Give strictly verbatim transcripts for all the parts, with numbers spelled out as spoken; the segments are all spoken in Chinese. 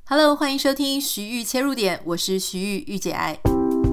Hello， 欢迎收听徐玉切入点，我是徐玉玉姐爱。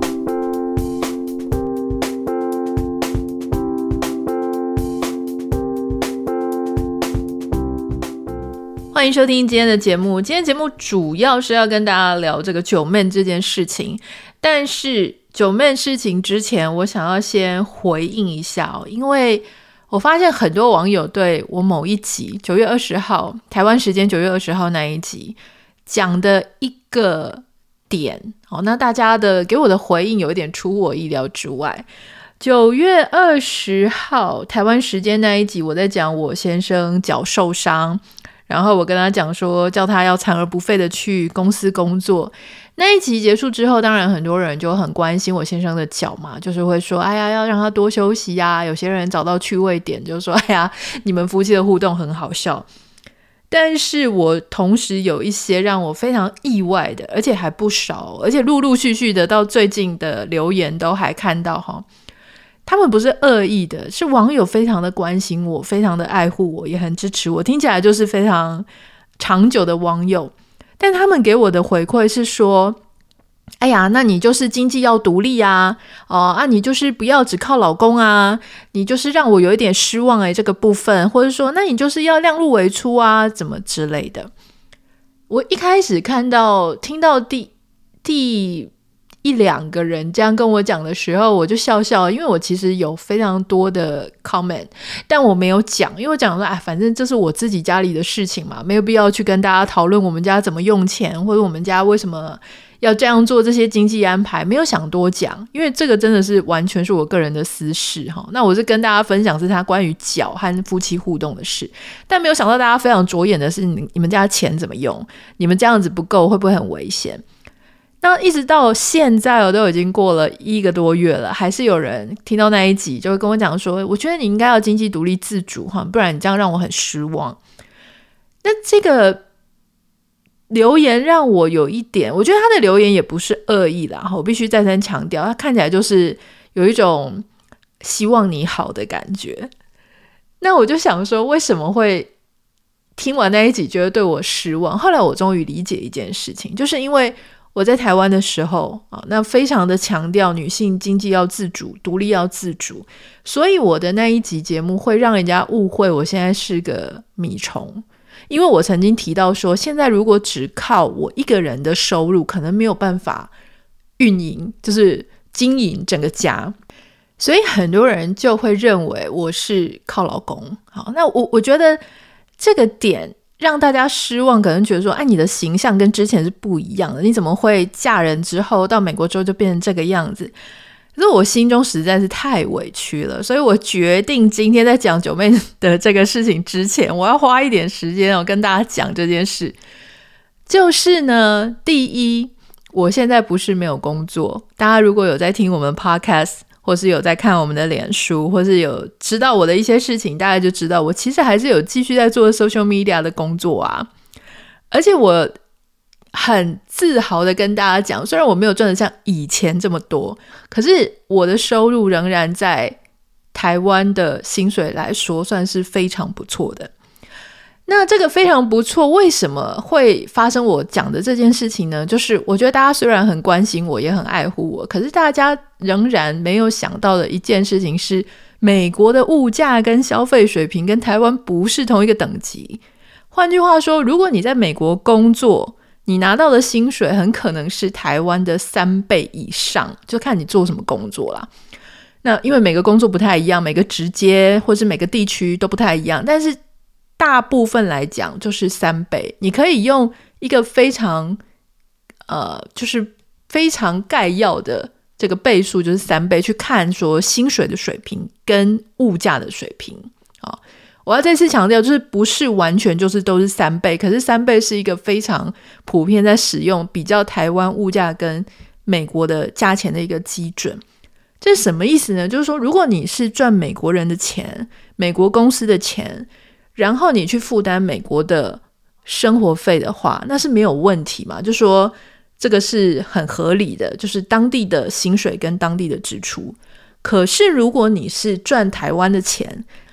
欢迎收听今天的节目。今天节目主要是要跟大家聊这个九妹这件事情，但是九妹事情之前，我想要先回应一下哦，因为我发现很多网友对我某一集九月二十号台湾时间九月二十号那一集讲的一个点，哦，那大家的给我的回应有一点出乎我意料之外。九月二十号台湾时间那一集，我在讲我先生脚受伤，然后我跟他讲说叫他要残而不废的去公司工作。那一集结束之后，当然很多人就很关心我先生的脚嘛，就是会说哎呀要让他多休息啊，有些人找到趣味点，就说哎呀你们夫妻的互动很好笑。但是我同时有一些让我非常意外的，而且还不少，而且陆陆续续的到最近的留言都还看到齁，他们不是恶意的，是网友非常的关心我，非常的爱护我，也很支持我，听起来就是非常长久的网友。但他们给我的回馈是说哎呀那你就是经济要独立啊，哦啊你就是不要只靠老公啊，你就是让我有一点失望诶这个部分，或者说那你就是要量入为出啊怎么之类的。我一开始看到听到第第一两个人这样跟我讲的时候，我就笑笑，因为我其实有非常多的 comment， 但我没有讲，因为我讲说哎，反正这是我自己家里的事情嘛，没有必要去跟大家讨论我们家怎么用钱，或者我们家为什么要这样做这些经济安排，没有想多讲，因为这个真的是完全是我个人的私事。那我是跟大家分享是他关于脚和夫妻互动的事，但没有想到大家非常着眼的是你们家钱怎么用，你们这样子不够会不会很危险。那一直到现在我都已经过了一个多月了，还是有人听到那一集就会跟我讲说我觉得你应该要经济独立自主，不然你这样让我很失望。那这个留言让我有一点，我觉得他的留言也不是恶意啦，我必须再三强调，他看起来就是有一种希望你好的感觉。那我就想说为什么会听完那一集觉得对我失望，后来我终于理解一件事情，就是因为我在台湾的时候啊，那非常的强调女性经济要自主，独立要自主，所以我的那一集节目会让人家误会我现在是个米虫。因为我曾经提到说现在如果只靠我一个人的收入可能没有办法运营，就是经营整个家，所以很多人就会认为我是靠老公。好，那我我觉得这个点让大家失望，可能觉得说哎，你的形象跟之前是不一样的，你怎么会嫁人之后到美国之后就变成这个样子。可是我心中实在是太委屈了，所以我决定今天在讲九妹的这个事情之前，我要花一点时间、哦、跟大家讲这件事。就是呢，第一，我现在不是没有工作，大家如果有在听我们 podcast 或是有在看我们的脸书，或是有知道我的一些事情，大家就知道我其实还是有继续在做 social media 的工作啊。而且我很自豪的跟大家讲，虽然我没有赚得像以前这么多，可是我的收入仍然在台湾的薪水来说算是非常不错的。那这个非常不错，为什么会发生我讲的这件事情呢？就是我觉得大家虽然很关心我，也很爱护我，可是大家仍然没有想到的一件事情是，美国的物价跟消费水平跟台湾不是同一个等级。换句话说，如果你在美国工作，你拿到的薪水很可能是台湾的三倍以上，就看你做什么工作啦。那因为每个工作不太一样，每个职阶或是每个地区都不太一样，但是大部分来讲就是三倍。你可以用一个非常呃，就是非常概要的这个倍数，就是三倍，去看说薪水的水平跟物价的水平啊。我要再次强调，就是不是完全就是都是三倍，可是三倍是一个非常普遍在使用比较台湾物价跟美国的价钱的一个基准。这是什么意思呢？就是说如果你是赚美国人的钱，美国公司的钱，然后你去负担美国的生活费的话，那是没有问题嘛，就说这个是很合理的，就是当地的薪水跟当地的支出。可是如果你是赚台湾的钱，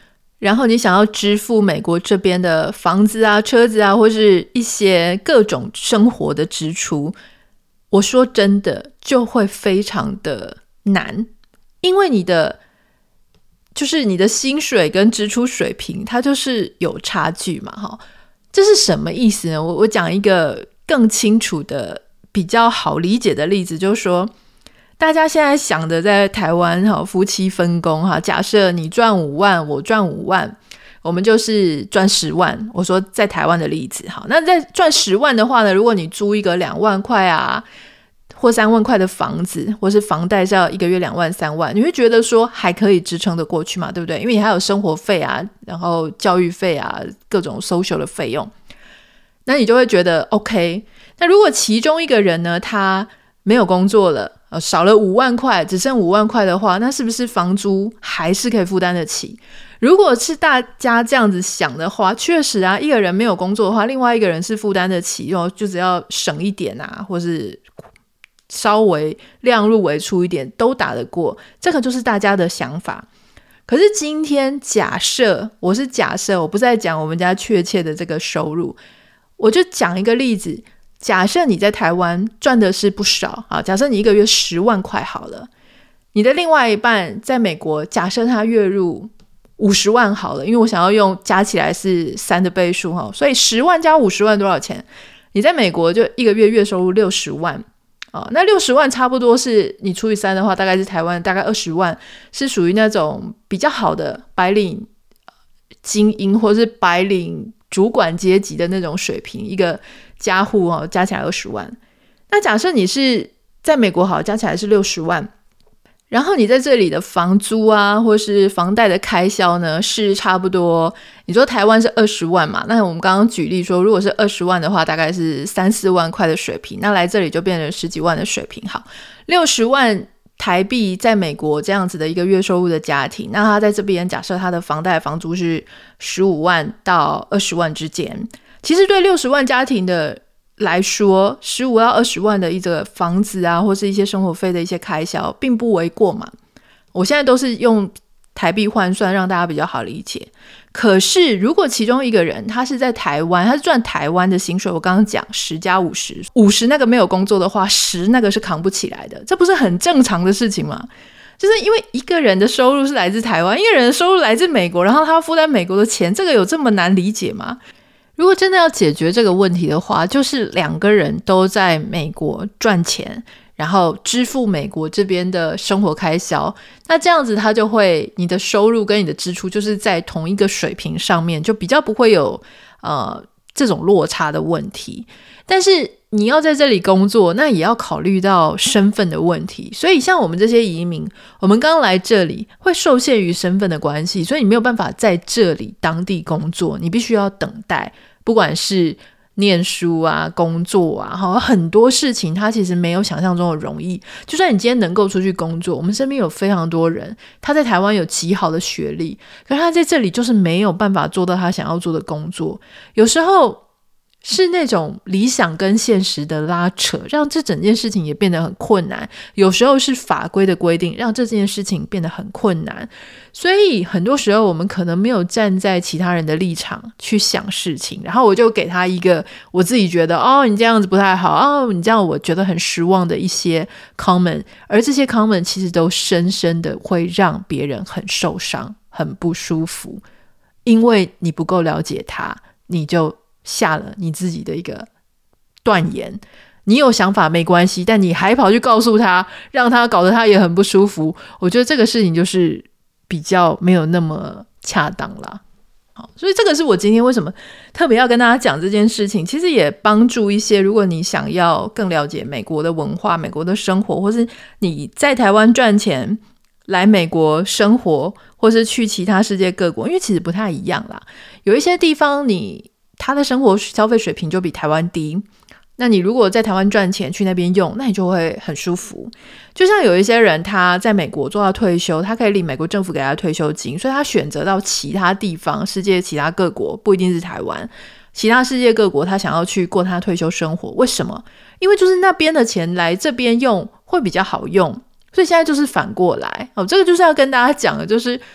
然后你想要支付美国这边的房子啊、车子啊，或是一些各种生活的支出，我说真的就会非常的难，因为你的就是你的薪水跟支出水平它就是有差距嘛。这是什么意思呢？我我讲一个更清楚的比较好理解的例子，就是说大家现在想的在台湾夫妻分工，假设你赚五万我赚五万，我们就是赚十万，我说在台湾的例子。好，那在赚十万的话呢，如果你租一个两万块啊或三万块的房子，或是房贷是要一个月两万三万，你会觉得说还可以支撑得过去嘛，对不对？因为你还有生活费啊，然后教育费啊，各种 social 的费用，那你就会觉得 OK。 那如果其中一个人呢，他没有工作了，少了五万块，只剩五万块的话，那是不是房租还是可以负担得起？如果是大家这样子想的话，确实啊，一个人没有工作的话，另外一个人是负担得起，就只要省一点啊，或是稍微量入为出一点都打得过，这个就是大家的想法。可是今天假设，我是假设，我不是在讲我们家确切的这个收入，我就讲一个例子。假设你在台湾赚的是不少啊，假设你一个月十万块好了，你的另外一半在美国，假设他月入五十万好了，因为我想要用加起来是三的倍数，所以十万加五十万多少钱？你在美国就一个月月收入六十万啊，那六十万差不多是你除以三的话，大概是台湾大概二十万，是属于那种比较好的白领精英或是白领主管阶级的那种水平，一个家户、哦、加起来二十万。那假设你是在美国好，加起来是六十万，然后你在这里的房租啊或是房贷的开销呢是差不多，你说台湾是二十万嘛，那我们刚刚举例说如果是二十万的话大概是三四万块的水平，那来这里就变成十几万的水平。好，六十万台币在美国这样子的一个月收入的家庭，那他在这边假设他的房贷房租是十五万到二十万之间，其实对六十万家庭的来说，十五到二十万的一个房子啊或是一些生活费的一些开销并不为过嘛。我现在都是用台币换算让大家比较好理解。可是如果其中一个人他是在台湾，他是赚台湾的薪水，我刚刚讲十加五十，五十那个没有工作的话，十那个是扛不起来的，这不是很正常的事情吗？就是因为一个人的收入是来自台湾，一个人的收入来自美国，然后他要负担美国的钱，这个有这么难理解吗？如果真的要解决这个问题的话，就是两个人都在美国赚钱，然后支付美国这边的生活开销，那这样子他就会，你的收入跟你的支出就是在同一个水平上面，就比较不会有呃这种落差的问题。但是你要在这里工作，那也要考虑到身份的问题，所以像我们这些移民，我们刚来这里会受限于身份的关系，所以你没有办法在这里当地工作，你必须要等待，不管是念书啊工作啊，很多事情它其实没有想象中的容易。就算你今天能够出去工作，我们身边有非常多人他在台湾有极好的学历，可是他在这里就是没有办法做到他想要做的工作，有时候是那种理想跟现实的拉扯，让这整件事情也变得很困难。有时候是法规的规定让这件事情变得很困难，所以很多时候我们可能没有站在其他人的立场去想事情，然后我就给他一个我自己觉得哦你这样子不太好，哦你这样我觉得很失望的一些 comment， 而这些 comment 其实都深深的会让别人很受伤很不舒服，因为你不够了解他，你就下了你自己的一个断言。你有想法没关系，但你还跑去告诉他，让他搞得他也很不舒服，我觉得这个事情就是比较没有那么恰当啦。好，所以这个是我今天为什么特别要跟大家讲这件事情，其实也帮助一些如果你想要更了解美国的文化美国的生活，或是你在台湾赚钱来美国生活，或是去其他世界各国，因为其实不太一样啦。有一些地方你他的生活消费水平就比台湾低，那你如果在台湾赚钱去那边用，那你就会很舒服。就像有一些人他在美国做到退休，他可以领美国政府给他退休金，所以他选择到其他地方，世界其他各国，不一定是台湾，其他世界各国他想要去过他退休生活。为什么？因为就是那边的钱来这边用会比较好用，所以现在就是反过来、哦、这个就是要跟大家讲的，就是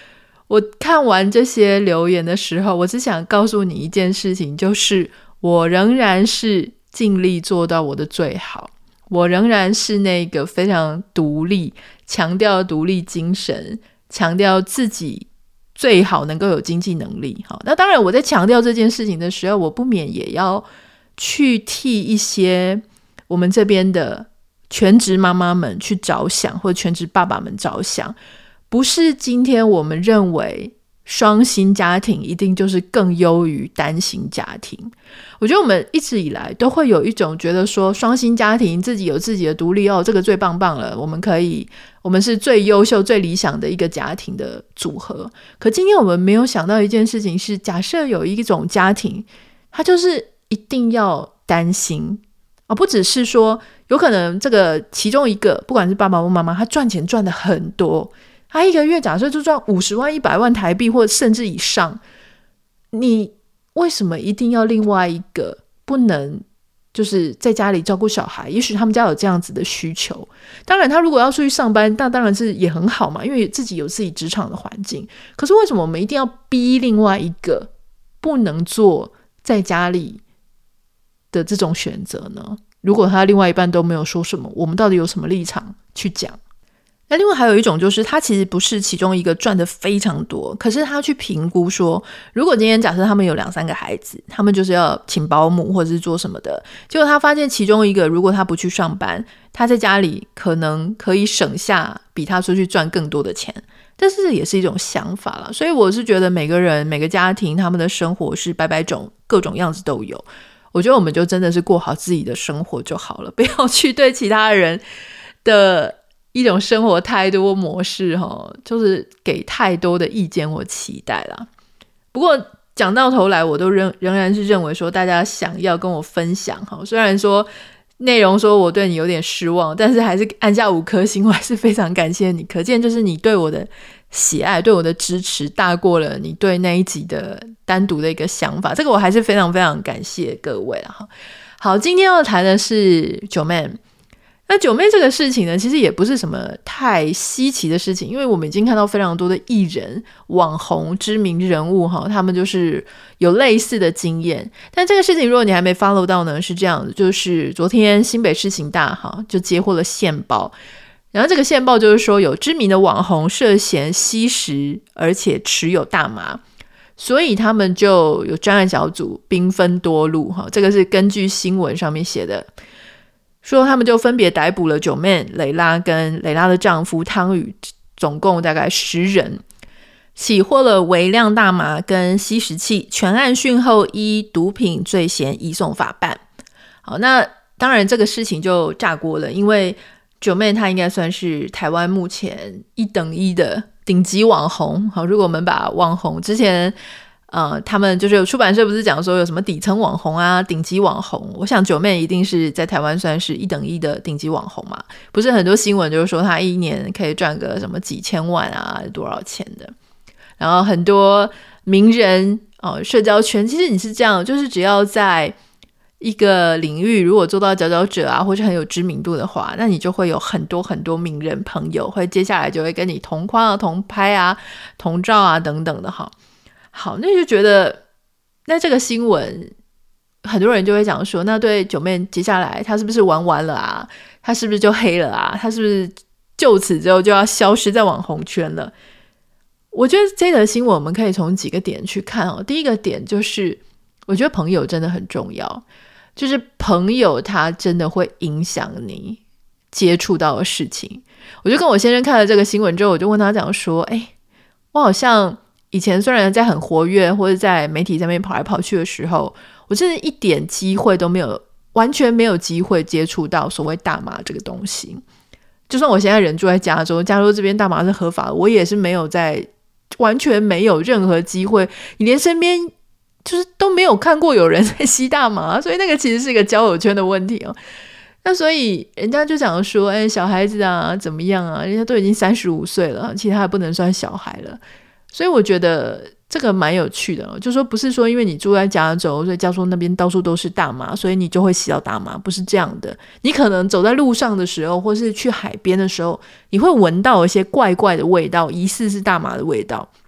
我看完这些留言的时候，我只想告诉你一件事情，就是我仍然是尽力做到我的最好，我仍然是那个非常独立，强调独立精神，强调自己最好能够有经济能力。好，那当然我在强调这件事情的时候，我不免也要去替一些我们这边的全职妈妈们去着想，或者全职爸爸们着想。不是今天我们认为双薪家庭一定就是更优于单薪家庭。我觉得我们一直以来都会有一种觉得说双薪家庭自己有自己的独立，哦，这个最棒棒了，我们可以我们是最优秀最理想的一个家庭的组合。可今天我们没有想到一件事情是，假设有一种家庭它就是一定要单薪，哦，不只是说有可能这个其中一个不管是爸爸或妈妈他赚钱赚的很多，他一个月假设就赚五十万一百万台币或者甚至以上，你为什么一定要另外一个不能就是在家里照顾小孩？也许他们家有这样子的需求，当然他如果要出去上班那当然是也很好嘛，因为自己有自己职场的环境。可是为什么我们一定要逼另外一个不能做在家里的这种选择呢？如果他另外一半都没有说什么，我们到底有什么立场去讲？那另外还有一种就是他其实不是其中一个赚的非常多，可是他去评估说，如果今天假设他们有两三个孩子，他们就是要请保姆或者是做什么的，结果他发现其中一个如果他不去上班，他在家里可能可以省下比他出去赚更多的钱，但是也是一种想法啦。所以我是觉得每个人每个家庭他们的生活是百百种，各种样子都有，我觉得我们就真的是过好自己的生活就好了，不要去对其他人的一种生活态度或模式就是给太多的意见或期待啦。不过讲到头来我都仍仍然是认为说大家想要跟我分享，虽然说内容说我对你有点失望，但是还是按下五颗星，我还是非常感谢你，可见就是你对我的喜爱对我的支持大过了你对那一集的单独的一个想法，这个我还是非常非常感谢各位啦。好，今天要谈的是九妹。那九妹这个事情呢，其实也不是什么太稀奇的事情，因为我们已经看到非常多的艺人网红知名人物他们就是有类似的经验。但这个事情如果你还没 follow 到呢，是这样的，就是昨天新北市刑大就接获了线报，然后这个线报就是说有知名的网红涉嫌吸食而且持有大麻，所以他们就有专案小组兵分多路，这个是根据新闻上面写的，说他们就分别逮捕了九妹、蕾拉跟蕾拉的丈夫汤宇，总共大概十人，起获了微量大麻跟吸食器，全案讯后依毒品罪嫌移送法办。好，那当然这个事情就炸锅了，因为九妹她应该算是台湾目前一等一的顶级网红。好，如果我们把网红之前呃，他们就是有出版社不是讲说有什么底层网红啊顶级网红，我想九妹一定是在台湾算是一等一的顶级网红嘛，不是很多新闻就是说她一年可以赚个什么几千万啊多少钱的，然后很多名人哦，社交圈其实你是这样，就是只要在一个领域如果做到佼佼者啊或者很有知名度的话，那你就会有很多很多名人朋友会接下来就会跟你同框啊同拍啊同照啊等等的哈。好，那就觉得那这个新闻很多人就会讲说，那对九妹接下来她是不是玩完了啊，她是不是就黑了啊，她是不是就此之后就要消失在网红圈了。我觉得这则新闻我们可以从几个点去看哦。第一个点就是我觉得朋友真的很重要，就是朋友他真的会影响你接触到的事情。我就跟我先生看了这个新闻之后，我就问他讲说，哎，我好像以前虽然在很活跃或者在媒体上面跑来跑去的时候，我真的一点机会都没有，完全没有机会接触到所谓大麻这个东西。就算我现在人住在加州，加州这边大麻是合法的，我也是没有在完全没有任何机会，你连身边就是都没有看过有人在吸大麻，所以那个其实是一个交友圈的问题哦。那所以人家就讲说，哎，小孩子啊怎么样啊，人家都已经三十五岁了，其实他还不能算小孩了。所以我觉得这个蛮有趣的，就是说不是说因为你住在加州，所以加州那边到处都是大麻，所以你就会吸到大麻，不是这样的。你可能走在路上的时候，或是去海边的时候，你会闻到一些怪怪的味道，疑似是大麻的味道。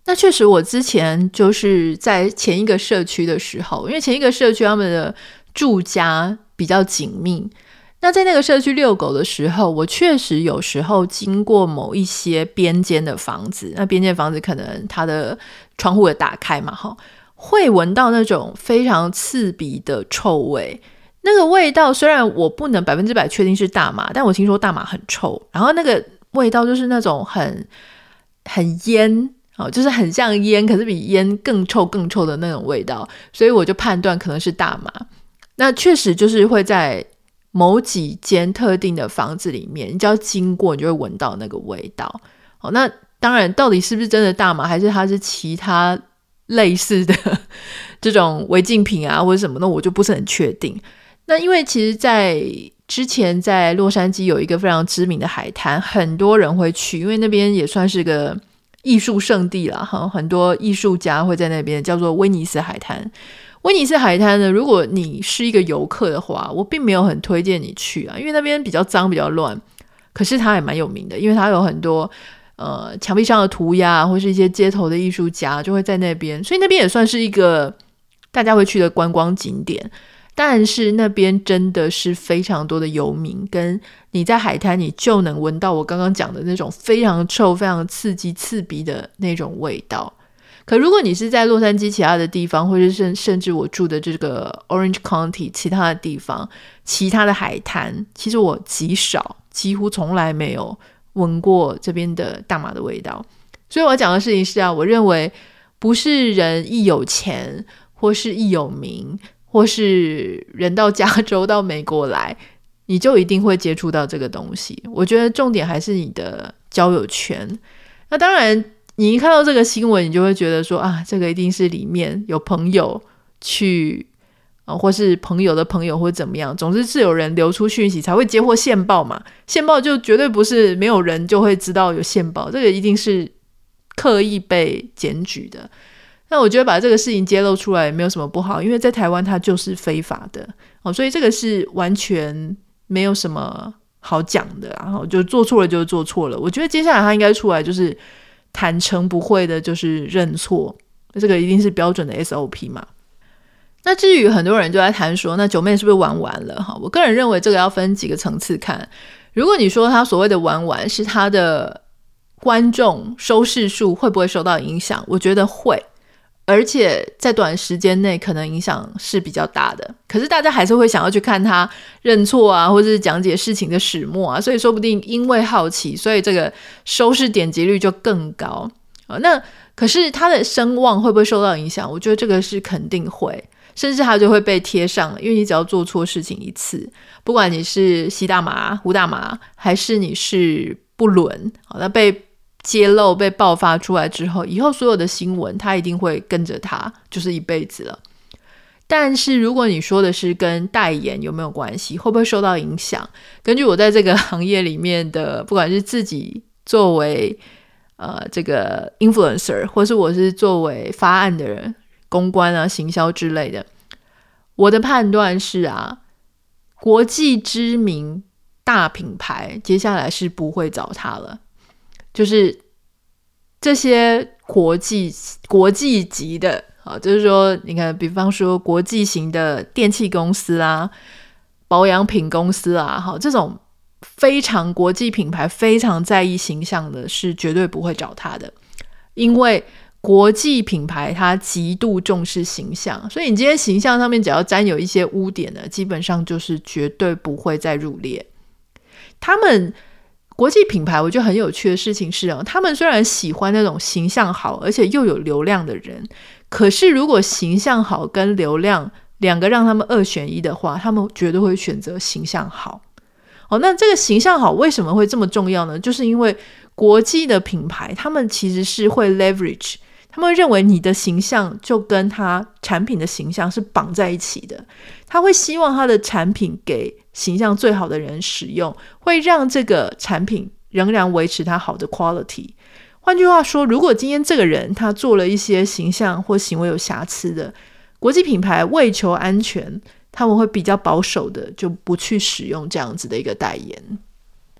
那确实我之前就是在前一个社区的时候，因为前一个社区他们的住家比较紧密，那在那个社区遛狗的时候，我确实有时候经过某一些边间的房子，那边间房子可能它的窗户也打开嘛，会闻到那种非常刺鼻的臭味。那个味道虽然我不能百分之百确定是大麻，但我听说大麻很臭，然后那个味道就是那种很很烟、哦、就是很像烟，可是比烟更臭更臭的那种味道，所以我就判断可能是大麻。那确实就是会在某几间特定的房子里面，你只要经过你就会闻到那个味道、哦、那当然到底是不是真的大麻，还是它是其他类似的这种违禁品啊或者什么的，我就不是很确定。那因为其实在之前在洛杉矶有一个非常知名的海滩，很多人会去，因为那边也算是个艺术圣地啦，很多艺术家会在那边，叫做威尼斯海滩。威尼斯海滩呢，如果你是一个游客的话，我并没有很推荐你去啊，因为那边比较脏比较乱，可是它也蛮有名的，因为它有很多呃墙壁上的涂鸦或是一些街头的艺术家就会在那边，所以那边也算是一个大家会去的观光景点。但是那边真的是非常多的游民，跟你在海滩你就能闻到我刚刚讲的那种非常臭非常刺激刺鼻的那种味道。可如果你是在洛杉矶其他的地方，或者甚甚至我住的这个 Orange County 其他的地方，其他的海滩，其实我极少几乎从来没有闻过这边的大麻的味道。所以我讲的事情是啊，我认为不是人一有钱或是一有名或是人到加州到美国来你就一定会接触到这个东西，我觉得重点还是你的交友圈。那当然你一看到这个新闻，你就会觉得说啊，这个一定是里面有朋友去、呃、或是朋友的朋友或怎么样，总之是有人流出讯息才会接获线报嘛，线报就绝对不是没有人就会知道有线报，这个一定是刻意被检举的。那我觉得把这个事情揭露出来也没有什么不好，因为在台湾它就是非法的、哦、所以这个是完全没有什么好讲的，然后就做错了就是做错了。我觉得接下来他应该出来就是坦诚不讳的就是认错，这个一定是标准的 S O P 嘛。那至于很多人就在谈说那九妹是不是玩完了，我个人认为这个要分几个层次看。如果你说他所谓的玩完是他的观众收视数会不会受到影响，我觉得会，而且在短时间内可能影响是比较大的，可是大家还是会想要去看他认错啊，或者是讲解事情的始末啊，所以说不定因为好奇，所以这个收视点击率就更高、啊、那可是他的声望会不会受到影响，我觉得这个是肯定会，甚至他就会被贴上，因为你只要做错事情一次，不管你是吸大麻无大麻还是你是不伦、啊、那被揭露被爆发出来之后，以后所有的新闻他一定会跟着他，就是一辈子了。但是如果你说的是跟代言有没有关系，会不会受到影响，根据我在这个行业里面的不管是自己作为呃这个 influencer 或是我是作为发案的人公关啊行销之类的，我的判断是啊，国际知名大品牌接下来是不会找他了，就是这些国际国际级的、啊、就是说你看比方说国际型的电器公司啊保养品公司啊，好，这种非常国际品牌非常在意形象的是绝对不会找他的，因为国际品牌它极度重视形象，所以你今天形象上面只要沾有一些污点呢，基本上就是绝对不会再入列。他们国际品牌我觉得很有趣的事情是、哦、他们虽然喜欢那种形象好而且又有流量的人，可是如果形象好跟流量两个让他们二选一的话，他们绝对会选择形象好、哦、那这个形象好为什么会这么重要呢？就是因为国际的品牌他们其实是会 leverage， 他们会认为你的形象就跟他产品的形象是绑在一起的，他会希望他的产品给形象最好的人使用，会让这个产品仍然维持它好的 quality。 换句话说，如果今天这个人他做了一些形象或行为有瑕疵的，国际品牌为求安全，他们会比较保守的就不去使用这样子的一个代言。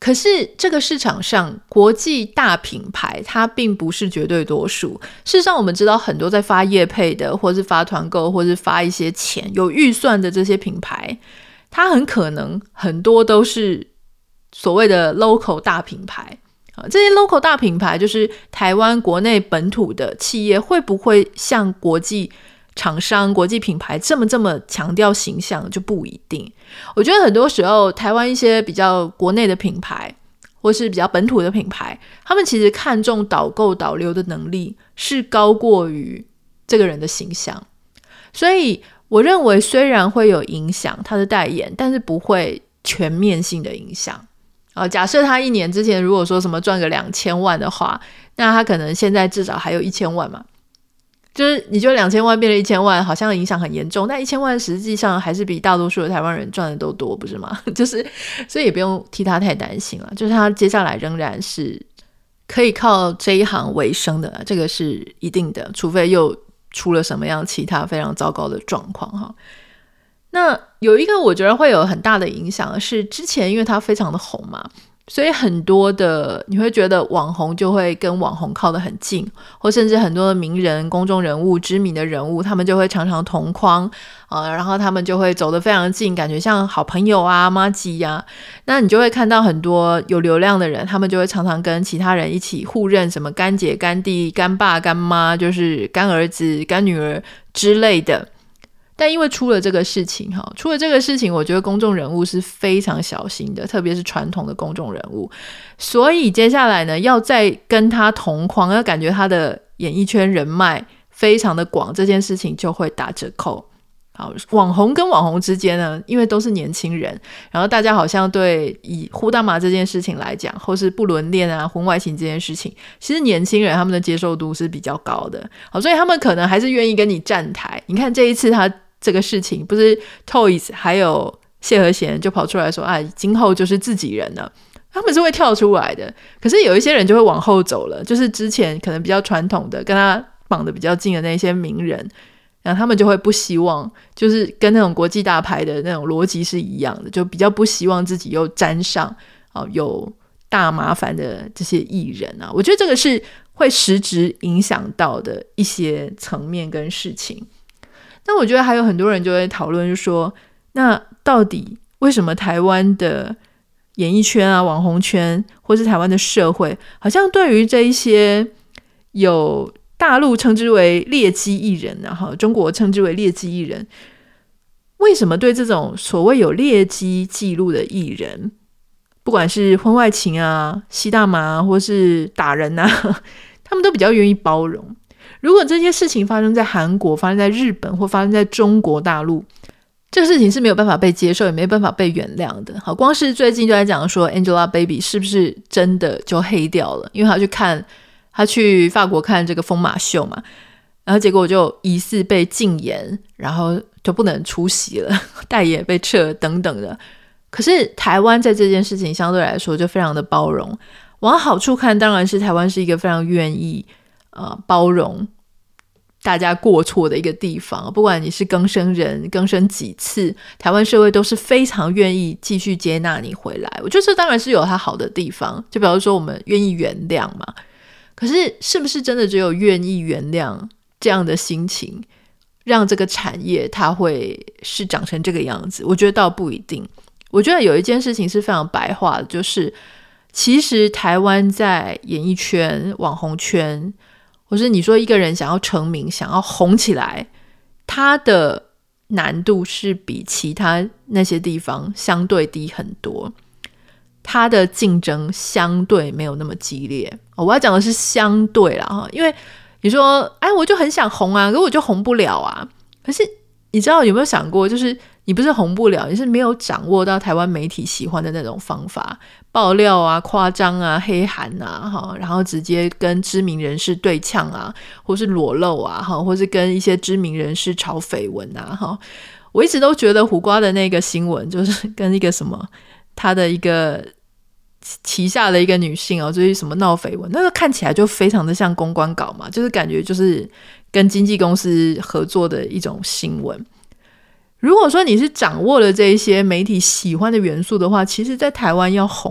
可是这个市场上国际大品牌它并不是绝对多数，事实上我们知道很多在发业配的，或是发团购，或是发一些钱有预算的这些品牌，它很可能很多都是所谓的 local 大品牌。这些 local 大品牌就是台湾国内本土的企业，会不会像国际厂商、国际品牌这么这么强调形象就不一定。我觉得很多时候台湾一些比较国内的品牌或是比较本土的品牌，他们其实看重导购导流的能力是高过于这个人的形象。所以我认为虽然会有影响他的代言，但是不会全面性的影响。呃，假设他一年之前如果说什么赚个两千万的话，那他可能现在至少还有一千万嘛。就是你觉得两千万变成一千万，好像影响很严重，但一千万实际上还是比大多数的台湾人赚的都多，不是吗？就是所以也不用替他太担心了，就是他接下来仍然是可以靠这一行为生的，这个是一定的，除非又出了什么样其他非常糟糕的状况哈。那有一个我觉得会有很大的影响是，之前因为他非常的红嘛，所以很多的你会觉得网红就会跟网红靠得很近，或甚至很多的名人、公众人物、知名的人物，他们就会常常同框、呃、然后他们就会走得非常近，感觉像好朋友啊、麻吉啊。那你就会看到很多有流量的人，他们就会常常跟其他人一起互认什么干姐、干弟、干爸、干妈，就是干儿子、干女儿之类的。但因为出了这个事情出了这个事情我觉得公众人物是非常小心的，特别是传统的公众人物，所以接下来呢要再跟他同框，要感觉他的演艺圈人脉非常的广，这件事情就会打折扣。好，网红跟网红之间呢，因为都是年轻人，然后大家好像对以呼大麻这件事情来讲，或是不伦恋啊、婚外情这件事情，其实年轻人他们的接受度是比较高的。好，所以他们可能还是愿意跟你站台。你看这一次他这个事情，不是 Toys 还有谢和弦就跑出来说啊，今后就是自己人了，他们是会跳出来的。可是有一些人就会往后走了，就是之前可能比较传统的跟他绑得比较近的那些名人，然后他们就会不希望，就是跟那种国际大牌的那种逻辑是一样的，就比较不希望自己又沾上、哦、有大麻烦的这些艺人啊。我觉得这个是会实质影响到的一些层面跟事情。但我觉得还有很多人就会讨论，就说那到底为什么台湾的演艺圈啊、网红圈，或是台湾的社会，好像对于这一些有大陆称之为劣迹艺人，然后中国称之为劣迹艺人，为什么对这种所谓有劣迹记录的艺人，不管是婚外情啊、吸大麻或是打人啊，他们都比较愿意包容？如果这些事情发生在韩国、发生在日本或发生在中国大陆，这个事情是没有办法被接受，也没办法被原谅的。好，光是最近就在讲说 Angelababy 是不是真的就黑掉了，因为他去看他去法国看这个疯马秀嘛，然后结果就疑似被禁言，然后就不能出席了，代言被撤等等的。可是台湾在这件事情相对来说就非常的包容，往好处看当然是台湾是一个非常愿意、呃、包容大家过错的一个地方，不管你是更生人更生几次，台湾社会都是非常愿意继续接纳你回来。我觉得这当然是有它好的地方，就比如说我们愿意原谅嘛。可是是不是真的只有愿意原谅这样的心情让这个产业它会是长成这个样子？我觉得倒不一定。我觉得有一件事情是非常白话的，就是其实台湾在演艺圈、网红圈，或是你说一个人想要成名、想要红起来，他的难度是比其他那些地方相对低很多，他的竞争相对没有那么激烈、哦、我要讲的是相对啦，因为你说哎，我就很想红啊，可是我就红不了啊。可是你知道有没有想过，就是你不是红不了，你是没有掌握到台湾媒体喜欢的那种方法，爆料啊、夸张啊、黑韩啊，然后直接跟知名人士对呛啊，或是裸露啊，或是跟一些知名人士炒绯闻啊。我一直都觉得胡瓜的那个新闻就是跟一个什么他的一个旗下的一个女性哦，就是什么闹绯闻，那个看起来就非常的像公关稿嘛，就是感觉就是跟经纪公司合作的一种新闻。如果说你是掌握了这一些媒体喜欢的元素的话，其实在台湾要红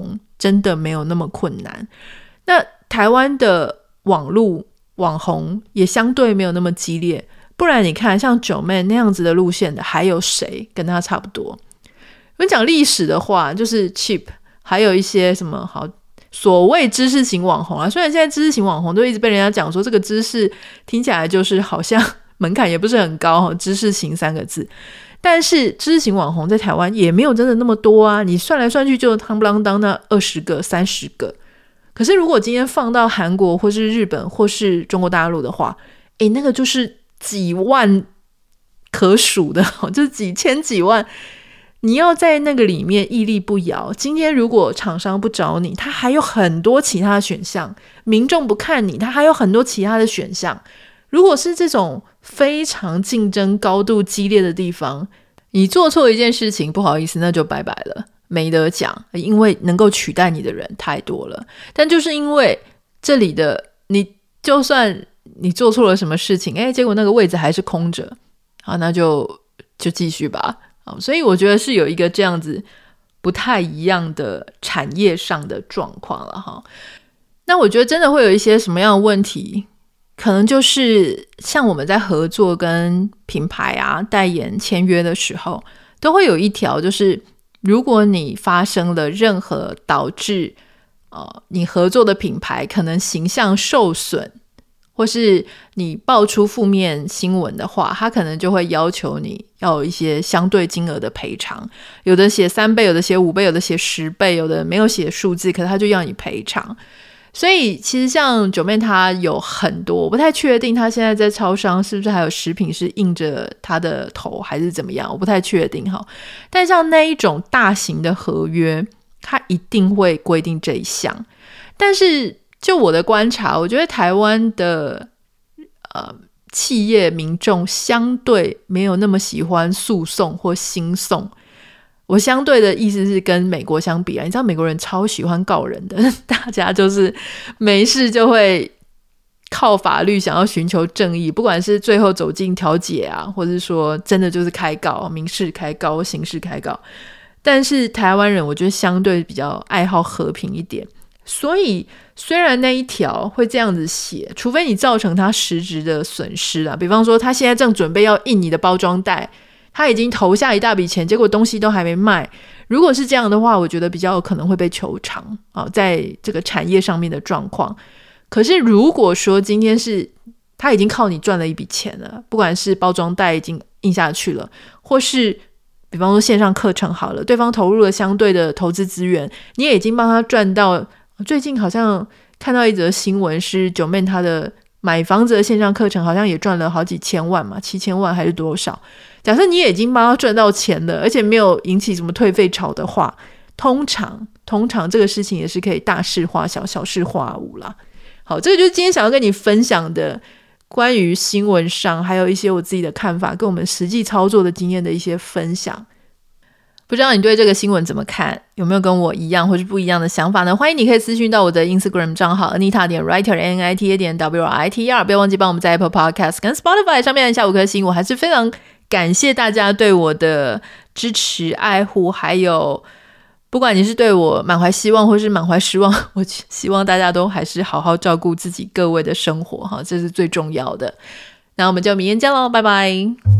真的没有那么困难。那台湾的网络网红也相对没有那么激烈，不然你看像九妹那样子的路线的还有谁跟他差不多？我们讲历史的话，就是 Cheap， 还有一些什么好所谓知识型网红啊。虽然现在知识型网红都一直被人家讲说这个知识听起来就是好像门槛也不是很高，知识型三个字，但是知识型网红在台湾也没有真的那么多啊，你算来算去就汤不啷当那二十个三十个。可是如果今天放到韩国或是日本或是中国大陆的话，诶，那个就是几万可数的，就是几千几万，你要在那个里面屹立不摇。今天如果厂商不找你，他还有很多其他的选项，民众不看你，他还有很多其他的选项。如果是这种非常竞争高度激烈的地方，你做错一件事情，不好意思，那就拜拜了，没得讲，因为能够取代你的人太多了。但就是因为这里的你，就算你做错了什么事情，诶，结果那个位置还是空着，好，那就就继续吧。好，所以我觉得是有一个这样子不太一样的产业上的状况了哈。那我觉得真的会有一些什么样的问题，可能就是像我们在合作跟品牌啊代言签约的时候，都会有一条，就是如果你发生了任何导致呃你合作的品牌可能形象受损，或是你爆出负面新闻的话，他可能就会要求你要有一些相对金额的赔偿，有的写三倍，有的写五倍，有的写十倍，有的没有写数字，可是他就要你赔偿。所以其实像九妹她有很多，我不太确定她现在在超商是不是还有食品是印着她的头还是怎么样，我不太确定哈。但像那一种大型的合约，它一定会规定这一项。但是就我的观察，我觉得台湾的呃企业民众相对没有那么喜欢诉讼或兴讼。我相对的意思是跟美国相比啊，你知道美国人超喜欢告人的，大家就是没事就会靠法律想要寻求正义，不管是最后走进调解啊，或者说真的就是开告，民事开告或刑事开告。但是台湾人我觉得相对比较爱好和平一点，所以虽然那一条会这样子写，除非你造成他实质的损失啊，比方说他现在正准备要印你的包装袋，他已经投下一大笔钱，结果东西都还没卖，如果是这样的话，我觉得比较有可能会被求偿啊，在这个产业上面的状况。可是如果说今天是他已经靠你赚了一笔钱了，不管是包装袋已经印下去了，或是比方说线上课程好了，对方投入了相对的投资资源，你也已经帮他赚到。最近好像看到一则新闻，是九妹他的买房子的线上课程好像也赚了好几千万嘛，七千万还是多少。假设你也已经帮他赚到钱了，而且没有引起什么退费潮的话，通常通常这个事情也是可以大事化小，小事化无啦。好，这个就是今天想要跟你分享的关于新闻上还有一些我自己的看法跟我们实际操作的经验的一些分享。不知道你对这个新闻怎么看，有没有跟我一样或是不一样的想法呢？欢迎你可以私讯到我的 Instagram 账号 Anita 点 Writer N I T A 点 W R I T E R， 不要忘记帮我们在 Apple Podcast 跟 Spotify 上面按下五颗星。我还是非常感谢大家对我的支持爱护，还有不管你是对我满怀希望或是满怀失望，我希望大家都还是好好照顾自己各位的生活，这是最重要的。那我们就明天见咯，拜拜。